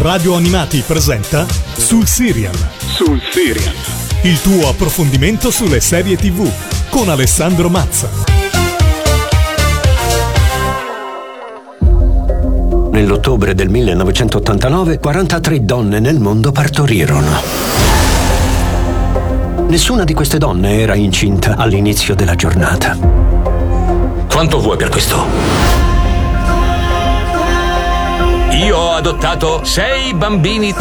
Radio Animati presenta Sul Serial. Sul Serial. Il tuo approfondimento sulle serie TV con Alessandro Mazza. Nell'ottobre del 1989, 43 donne nel mondo partorirono. Nessuna di queste donne era incinta all'inizio della giornata. Quanto vuoi per questo? Io ho adottato 6 bambini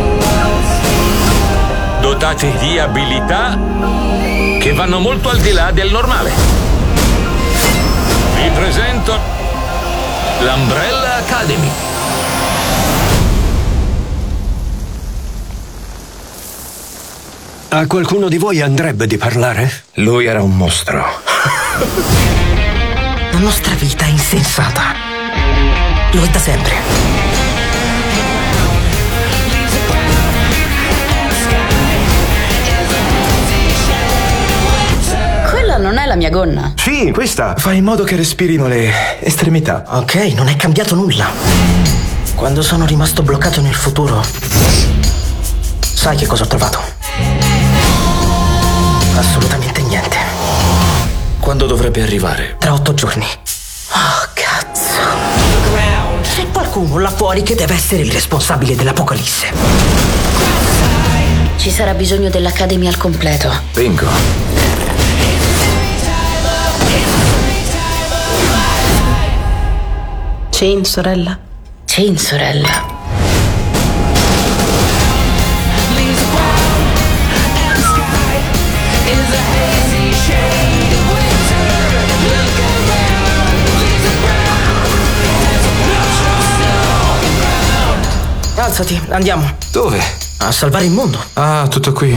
dotati di abilità che vanno molto al di là del normale. Vi presento l'Umbrella Academy. A qualcuno di voi andrebbe di parlare? Lui era un mostro. La nostra vita è insensata. Lo è da sempre. Quella non è la mia gonna. Sì, questa fa in modo che respirino le estremità. Ok, non è cambiato nulla. Quando sono rimasto bloccato nel futuro, sai che cosa ho trovato? Assolutamente niente. Quando dovrebbe arrivare? Tra 8 giorni. Oh, cazzo. C'è qualcuno là fuori che deve essere il responsabile dell'apocalisse. Ci sarà bisogno dell'Academy al completo. Bingo. Cin, sorella. Cin, sorella. Alzati, andiamo. Dove? A salvare il mondo. Ah, tutto qui.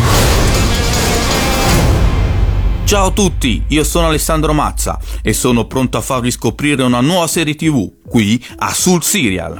Ciao a tutti, io sono Alessandro Mazza e sono pronto a farvi scoprire una nuova serie TV, qui a Sul Serial.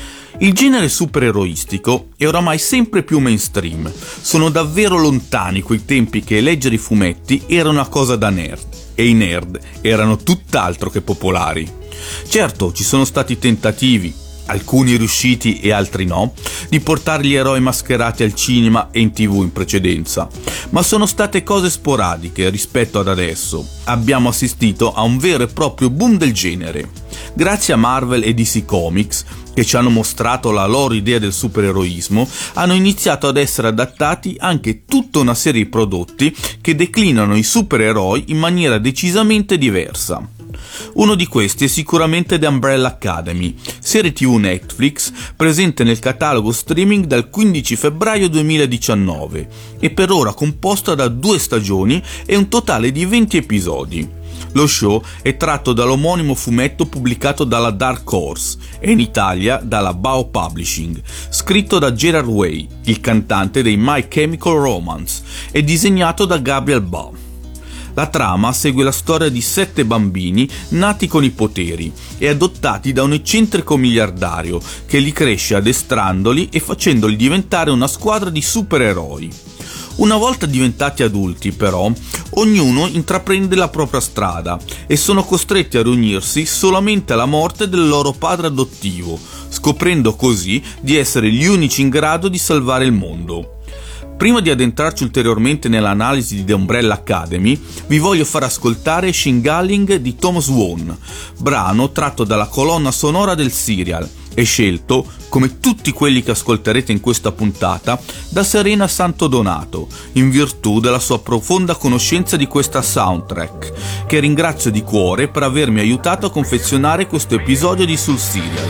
Il genere supereroistico è oramai sempre più mainstream. Sono davvero lontani quei tempi che leggere i fumetti era una cosa da nerd, e i nerd erano tutt'altro che popolari. Certo, ci sono stati tentativi, alcuni riusciti e altri no, di portare gli eroi mascherati al cinema e in TV in precedenza, ma sono state cose sporadiche rispetto ad adesso. Abbiamo assistito a un vero e proprio boom del genere. Grazie a Marvel e DC Comics, che ci hanno mostrato la loro idea del supereroismo, hanno iniziato ad essere adattati anche tutta una serie di prodotti che declinano i supereroi in maniera decisamente diversa. Uno di questi è sicuramente The Umbrella Academy, serie TV Netflix presente nel catalogo streaming dal 15 febbraio 2019 e per ora composta da 2 stagioni e un totale di 20 episodi. Lo show è tratto dall'omonimo fumetto pubblicato dalla Dark Horse e in Italia dalla Bao Publishing, scritto da Gerard Way, il cantante dei My Chemical Romance, e disegnato da Gabriel Ba. La trama segue la storia di 7 bambini nati con i poteri e adottati da un eccentrico miliardario che li cresce addestrandoli e facendoli diventare una squadra di supereroi. Una volta diventati adulti, però, ognuno intraprende la propria strada e sono costretti a riunirsi solamente alla morte del loro padre adottivo, scoprendo così di essere gli unici in grado di salvare il mondo. Prima di addentrarci ulteriormente nell'analisi di The Umbrella Academy, vi voglio far ascoltare Shingaling di Thomas Won, brano tratto dalla colonna sonora del serial e scelto, come tutti quelli che ascolterete in questa puntata, da Serena Santodonato, in virtù della sua profonda conoscenza di questa soundtrack, che ringrazio di cuore per avermi aiutato a confezionare questo episodio di Sul Serial.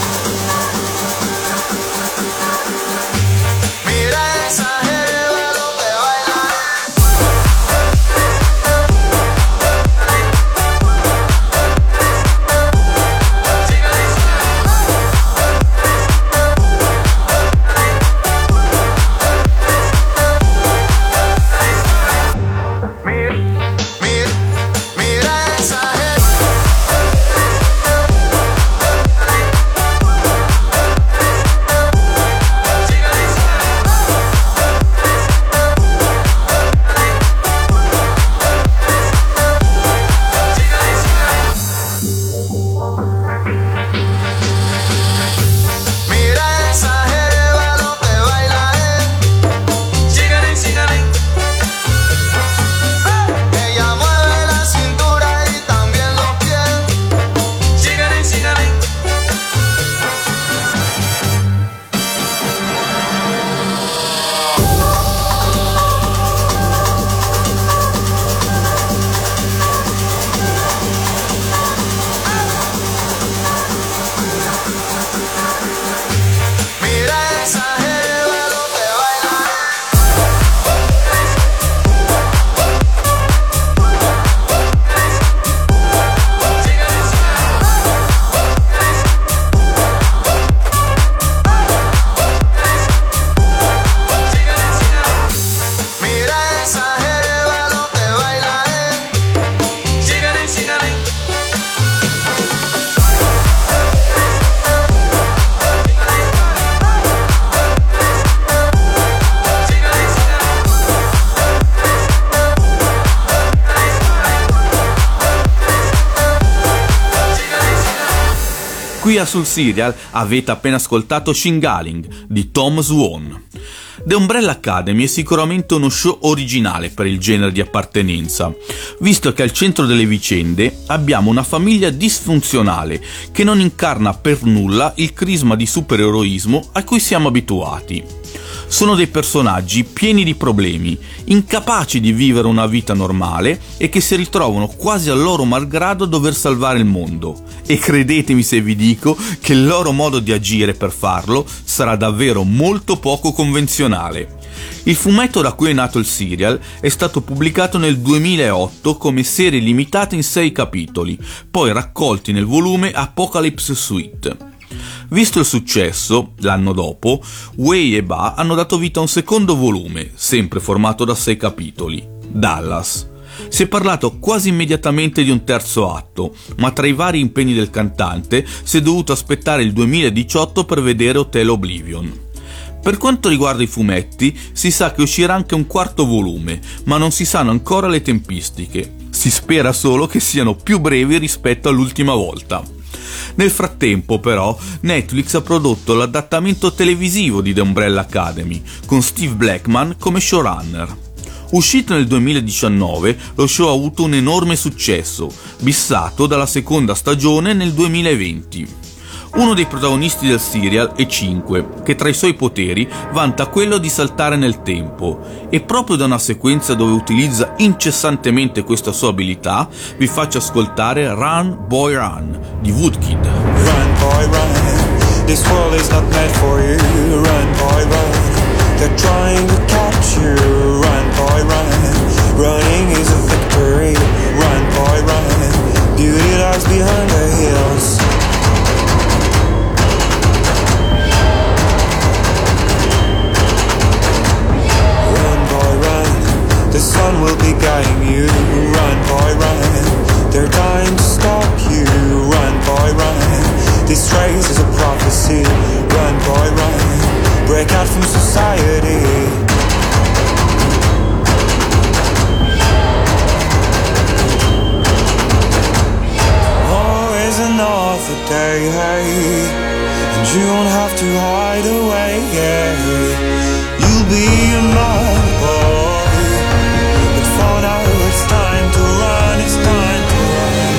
Mira esa jeva, Qui a Sul Serial avete appena ascoltato Shingaling di Tom Swan. The Umbrella Academy è sicuramente uno show originale per il genere di appartenenza, visto che al centro delle vicende abbiamo una famiglia disfunzionale che non incarna per nulla il crisma di supereroismo a cui siamo abituati. Sono dei personaggi pieni di problemi, incapaci di vivere una vita normale e che si ritrovano quasi a loro malgrado a dover salvare il mondo. E credetemi se vi dico che il loro modo di agire per farlo sarà davvero molto poco convenzionale. Il fumetto da cui è nato il serial è stato pubblicato nel 2008 come serie limitata in 6 capitoli, poi raccolti nel volume Apocalypse Suite. Visto il successo, l'anno dopo, Way e Ba hanno dato vita a un secondo volume, sempre formato da 6 capitoli, Dallas. Si è parlato quasi immediatamente di un terzo atto, ma tra i vari impegni del cantante si è dovuto aspettare il 2018 per vedere Hotel Oblivion. Per quanto riguarda i fumetti, si sa che uscirà anche un quarto volume, ma non si sanno ancora le tempistiche. Si spera solo che siano più brevi rispetto all'ultima volta. Nel frattempo, però, Netflix ha prodotto l'adattamento televisivo di The Umbrella Academy, con Steve Blackman come showrunner. Uscito nel 2019, lo show ha avuto un enorme successo, bissato dalla seconda stagione nel 2020. Uno dei protagonisti del serial è Cinque, che tra i suoi poteri vanta quello di saltare nel tempo, e proprio da una sequenza dove utilizza incessantemente questa sua abilità vi faccio ascoltare Run Boy Run di Woodkid. Run boy run, this world is not meant for you. Run boy run, they're trying to catch you. Run boy run, running is a victory. Run boy run, beauty lies behind the hills. The sun will be guiding you. Run, boy, run. They're dying to stop you. Run, boy, run. This race is a prophecy. Run, boy, run. Break out from society. Oh, is another day, hey, and you won't have to hide away, yeah. You'll be a man, boy. For now it's time to run, it's time to run.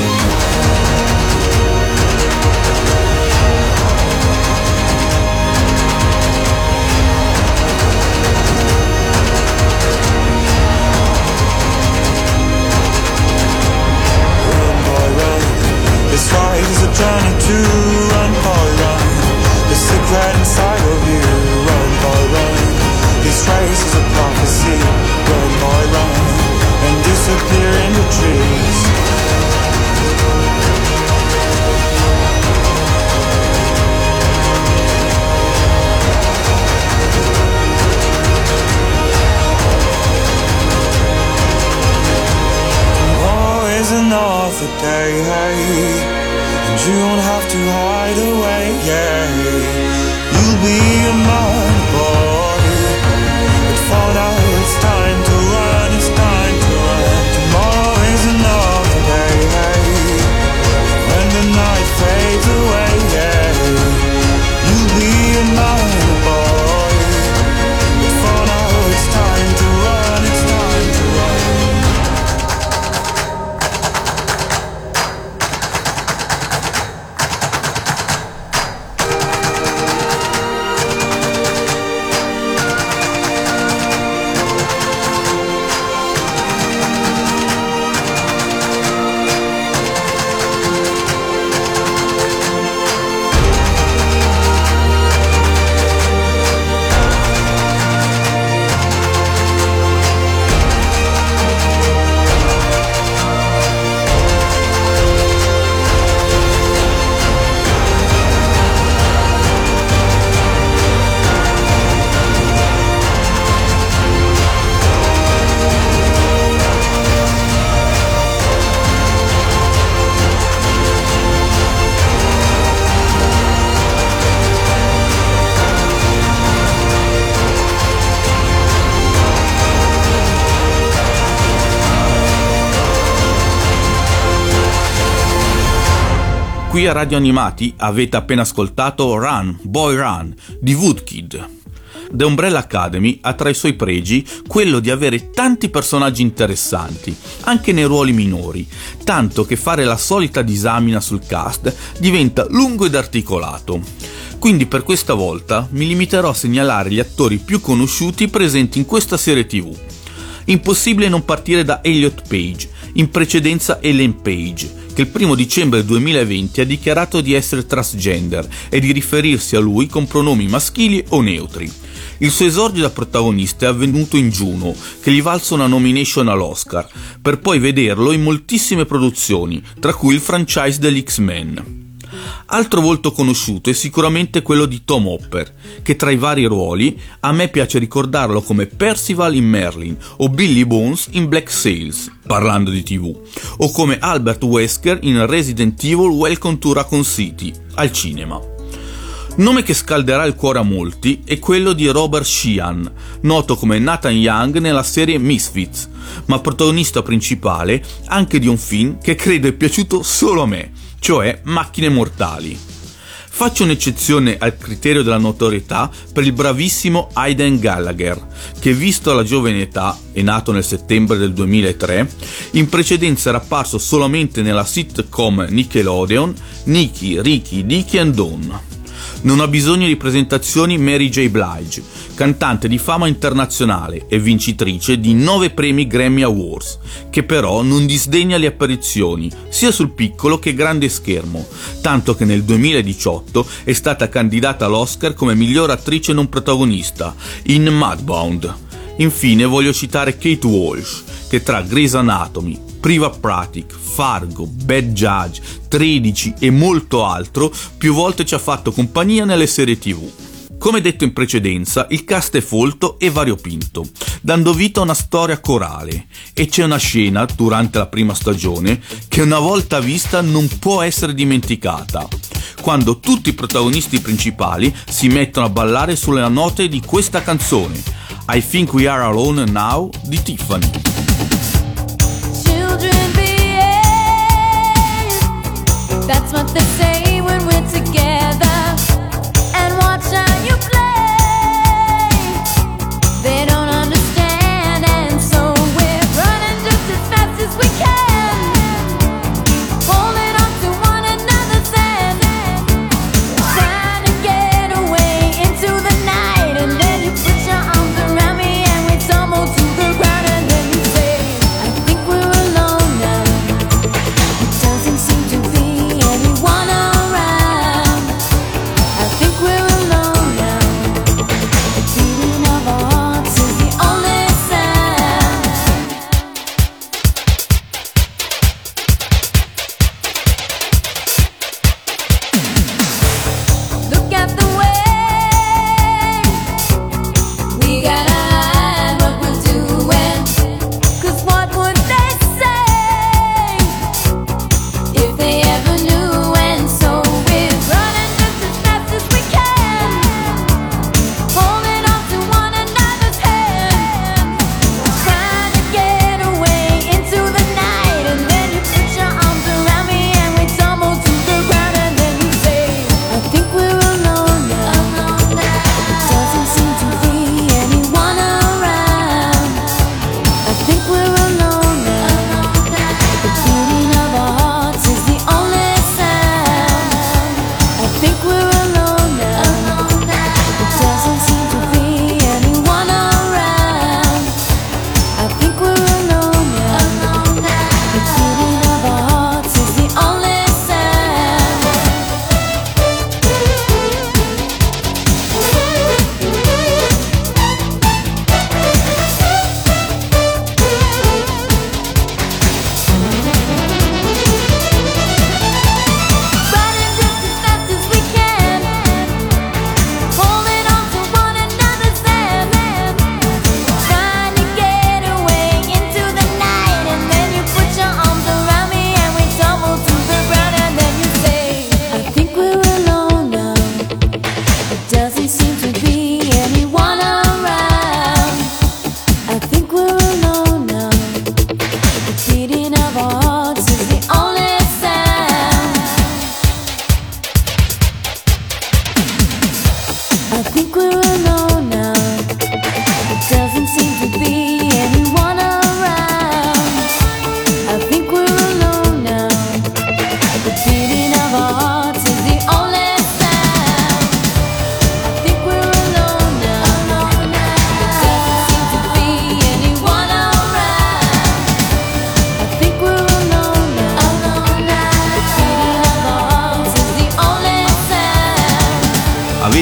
Run, boy, run. This ride is a journey to run, boy, run. The secret inside of you. Run, boy, run. This race is a prophecy. Run, boy, run. And disappear in the trees. Tomorrow is another day, hey, and you won't have to hide away, yeah. You'll be a man, boy, but for now it's time to run, it's time to run. Tomorrow is another day, hey, when the night fades away, yeah. You'll be a man, boy, but for now it's time to run, it's time to run. Qui a Radio Animati avete appena ascoltato Run, Boy Run di Woodkid. The Umbrella Academy ha tra i suoi pregi quello di avere tanti personaggi interessanti, anche nei ruoli minori, tanto che fare la solita disamina sul cast diventa lungo ed articolato. Quindi per questa volta mi limiterò a segnalare gli attori più conosciuti presenti in questa serie TV. Impossibile non partire da Elliot Page, in precedenza Ellen Page, che il 1 dicembre 2020 ha dichiarato di essere transgender e di riferirsi a lui con pronomi maschili o neutri. Il suo esordio da protagonista è avvenuto in Juno, che gli valse una nomination all'Oscar, per poi vederlo in moltissime produzioni, tra cui il franchise degli X-Men. Altro volto conosciuto è sicuramente quello di Tom Hopper, che tra i vari ruoli a me piace ricordarlo come Percival in Merlin o Billy Bones in Black Sails, parlando di TV, o come Albert Wesker in Resident Evil Welcome to Raccoon City, al cinema. Nome che scalderà il cuore a molti è quello di Robert Sheehan, noto come Nathan Young nella serie Misfits, ma protagonista principale anche di un film che credo è piaciuto solo a me, cioè Macchine Mortali. Faccio un'eccezione al criterio della notorietà per il bravissimo Aidan Gallagher, che visto alla giovane età, è nato nel settembre del 2003, in precedenza era apparso solamente nella sitcom Nickelodeon Nicky, Ricky, Dicky and Dawn. Non ha bisogno di presentazioni Mary J. Blige, cantante di fama internazionale e vincitrice di 9 premi Grammy Awards, che però non disdegna le apparizioni, sia sul piccolo che grande schermo, tanto che nel 2018 è stata candidata all'Oscar come miglior attrice non protagonista, in Mudbound. Infine voglio citare Kate Walsh, che tra Grey's Anatomy, Private Practice, Fargo, Bad Judge, 13 e molto altro, più volte ci ha fatto compagnia nelle serie TV. Come detto in precedenza, il cast è folto e variopinto, dando vita a una storia corale, e c'è una scena, durante la prima stagione, che una volta vista non può essere dimenticata, quando tutti i protagonisti principali si mettono a ballare sulle note di questa canzone, I Think We Are Alone Now di Tiffany. That's what they say when we're together. And watch how you play. They don't understand, and so we're running just as fast as we can, holding on to one another's hand, trying to get away into the night. And then you put your arms around me and we tumble to the ground. And then you say, I think we're alone now. It doesn't seem to be anyone around.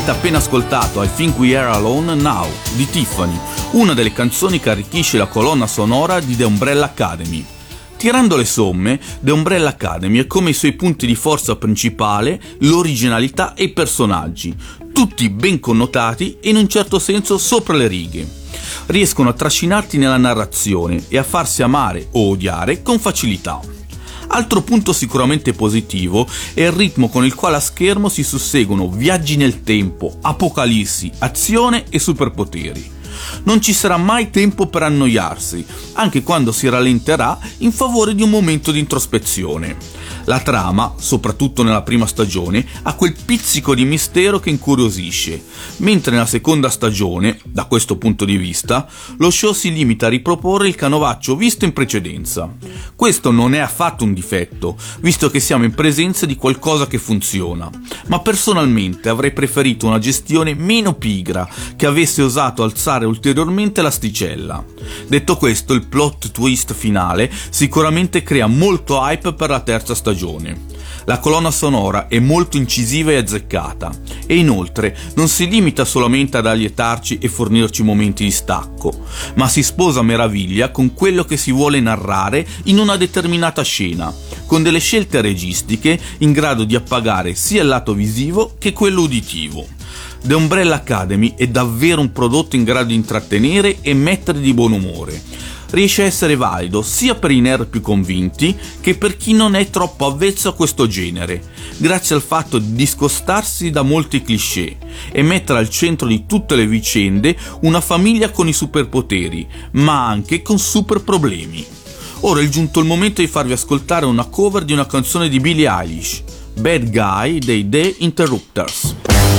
Avete appena ascoltato I Think We Are Alone Now di Tiffany, una delle canzoni che arricchisce la colonna sonora di The Umbrella Academy. Tirando le somme, The Umbrella Academy è come i suoi punti di forza principale, l'originalità e i personaggi, tutti ben connotati e in un certo senso sopra le righe. Riescono a trascinarti nella narrazione e a farsi amare o odiare con facilità. Altro punto sicuramente positivo è il ritmo con il quale a schermo si susseguono viaggi nel tempo, apocalissi, azione e superpoteri. Non ci sarà mai tempo per annoiarsi, anche quando si rallenterà in favore di un momento di introspezione. La trama, soprattutto nella prima stagione, ha quel pizzico di mistero che incuriosisce, mentre nella seconda stagione, da questo punto di vista, lo show si limita a riproporre il canovaccio visto in precedenza. Questo non è affatto un difetto, visto che siamo in presenza di qualcosa che funziona, ma personalmente avrei preferito una gestione meno pigra, che avesse osato alzare ulteriormente l'asticella. Detto questo, il plot twist finale sicuramente crea molto hype per la terza stagione. La colonna sonora è molto incisiva e azzeccata e inoltre non si limita solamente ad allietarci e fornirci momenti di stacco, ma si sposa a meraviglia con quello che si vuole narrare in una determinata scena, con delle scelte registiche in grado di appagare sia il lato visivo che quello uditivo. The Umbrella Academy è davvero un prodotto in grado di intrattenere e mettere di buon umore. Riesce a essere valido sia per i nerd più convinti che per chi non è troppo avvezzo a questo genere, grazie al fatto di discostarsi da molti cliché e mettere al centro di tutte le vicende una famiglia con i superpoteri, ma anche con super problemi. Ora è giunto il momento di farvi ascoltare una cover di una canzone di Billie Eilish, Bad Guy dei The Interrupters.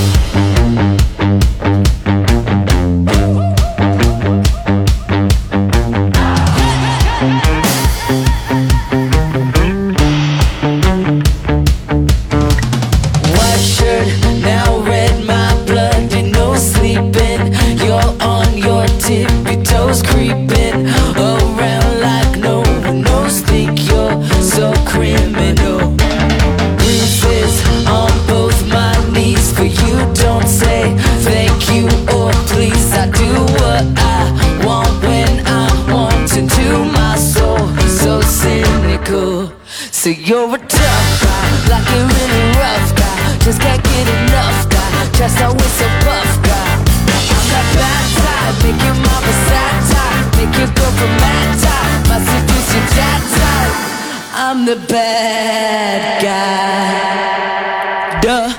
So you're a tough guy, like a really rough guy. Just can't get enough guy, just always so buff guy. I'm that bad type, make your mama sad type, make your girlfriend mad type, my seduce your dad type. I'm the bad guy. Duh.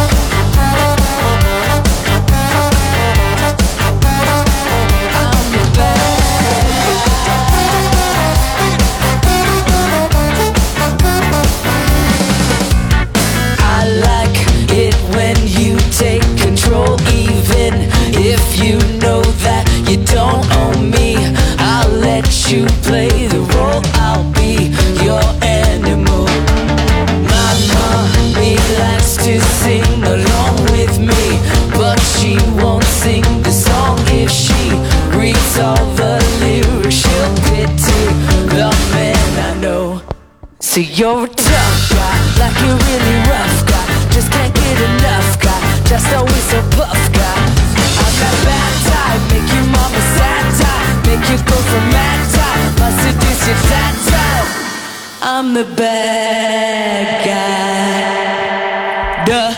You play the role, I'll be your animal. My mommy likes to sing along with me, but she won't sing the song if she reads all the lyrics. She'll pity the man I know. So you're a tough guy, like a really rough guy. Just can't get enough guy, just always a buff guy. I'm that bad type, make your mama sad type, make your girlfriend mad type. I seduce your dad type. I'm the bad guy. Duh.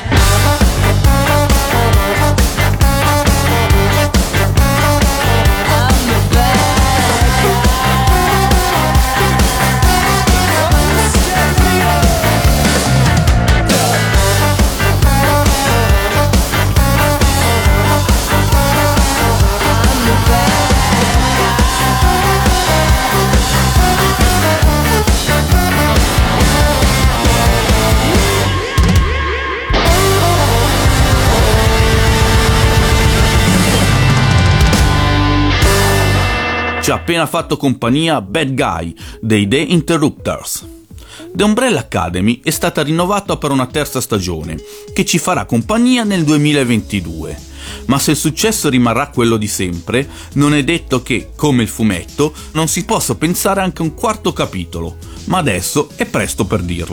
Ci ha appena fatto compagnia Bad Guy dei The Interrupters. The Umbrella Academy è stata rinnovata per una terza stagione, che ci farà compagnia nel 2022. Ma se il successo rimarrà quello di sempre, non è detto che, come il fumetto, non si possa pensare anche a un quarto capitolo, ma adesso è presto per dirlo.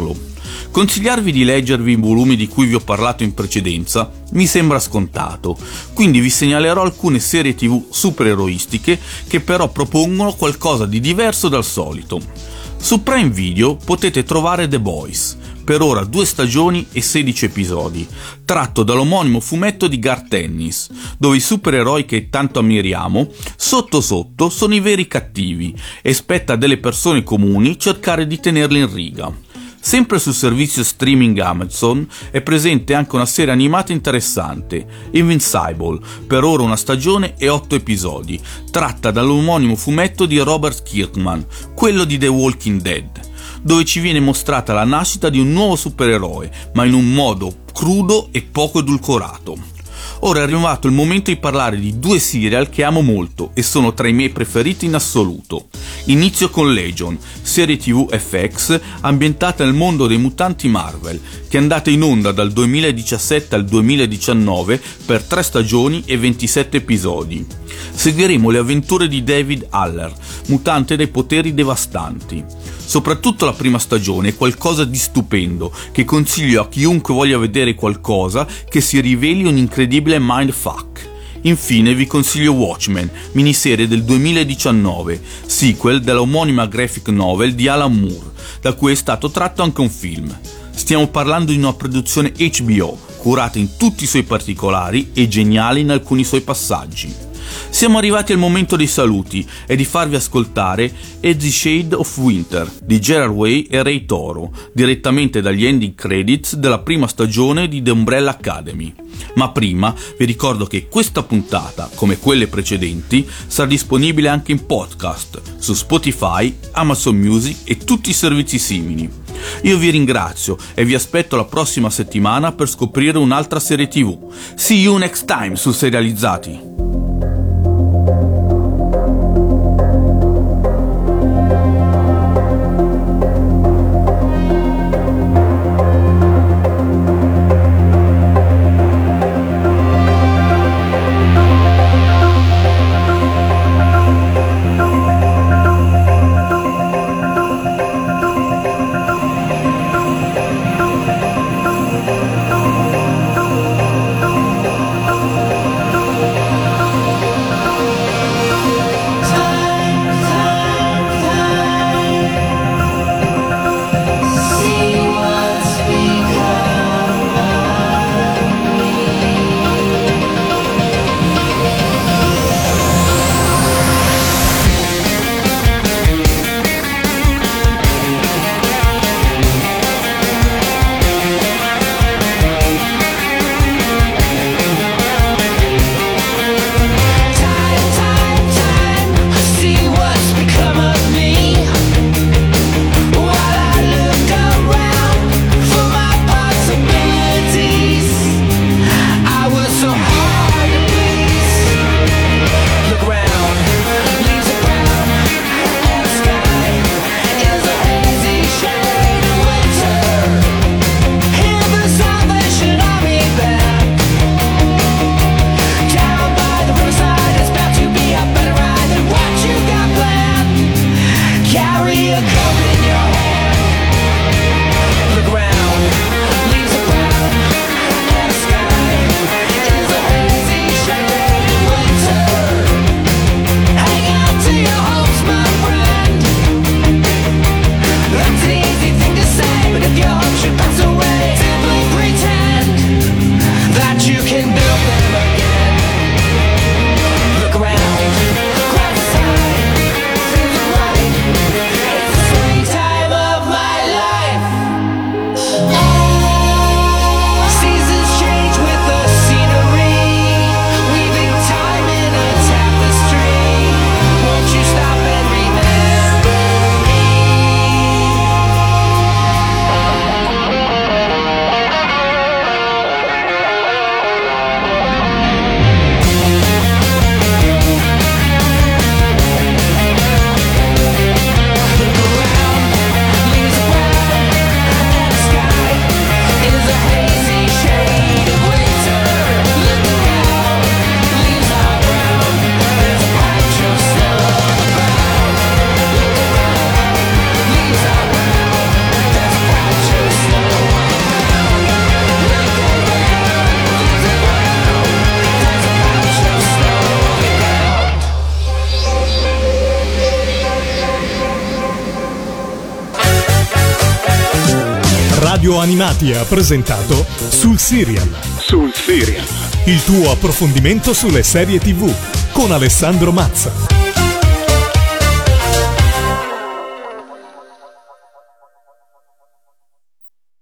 Consigliarvi di leggervi i volumi di cui vi ho parlato in precedenza mi sembra scontato, quindi vi segnalerò alcune serie TV supereroistiche che però propongono qualcosa di diverso dal solito. Su Prime Video potete trovare The Boys, per ora 2 stagioni e 16 episodi, tratto dall'omonimo fumetto di Garth Ennis, dove i supereroi che tanto ammiriamo, sotto sotto sono i veri cattivi e spetta a delle persone comuni cercare di tenerli in riga. Sempre sul servizio streaming Amazon è presente anche una serie animata interessante, Invincible, per ora 1 stagione e 8 episodi, tratta dall'omonimo fumetto di Robert Kirkman, quello di The Walking Dead, dove ci viene mostrata la nascita di un nuovo supereroe, ma in un modo crudo e poco edulcorato. Ora è arrivato il momento di parlare di 2 serial che amo molto e sono tra i miei preferiti in assoluto. Inizio con Legion, serie TV FX ambientata nel mondo dei mutanti Marvel, che è andata in onda dal 2017 al 2019 per 3 stagioni e 27 episodi. Seguiremo le avventure di David Haller, mutante dai poteri devastanti. Soprattutto la prima stagione è qualcosa di stupendo, che consiglio a chiunque voglia vedere qualcosa che si riveli un incredibile mindfuck. Infine vi consiglio Watchmen, miniserie del 2019, sequel della omonima graphic novel di Alan Moore, da cui è stato tratto anche un film. Stiamo parlando di una produzione HBO, curata in tutti i suoi particolari e geniale in alcuni suoi passaggi. Siamo arrivati al momento dei saluti e di farvi ascoltare At the Shade of Winter di Gerard Way e Ray Toro, direttamente dagli ending credits della prima stagione di The Umbrella Academy. Ma prima vi ricordo che questa puntata, come quelle precedenti, sarà disponibile anche in podcast su Spotify, Amazon Music e tutti i servizi simili. Io vi ringrazio e vi aspetto la prossima settimana per scoprire un'altra serie TV. See you next time su Serializzati! Radio Animati ha presentato Sul Serial. Sul Serial. Il tuo approfondimento sulle serie TV con Alessandro Mazza.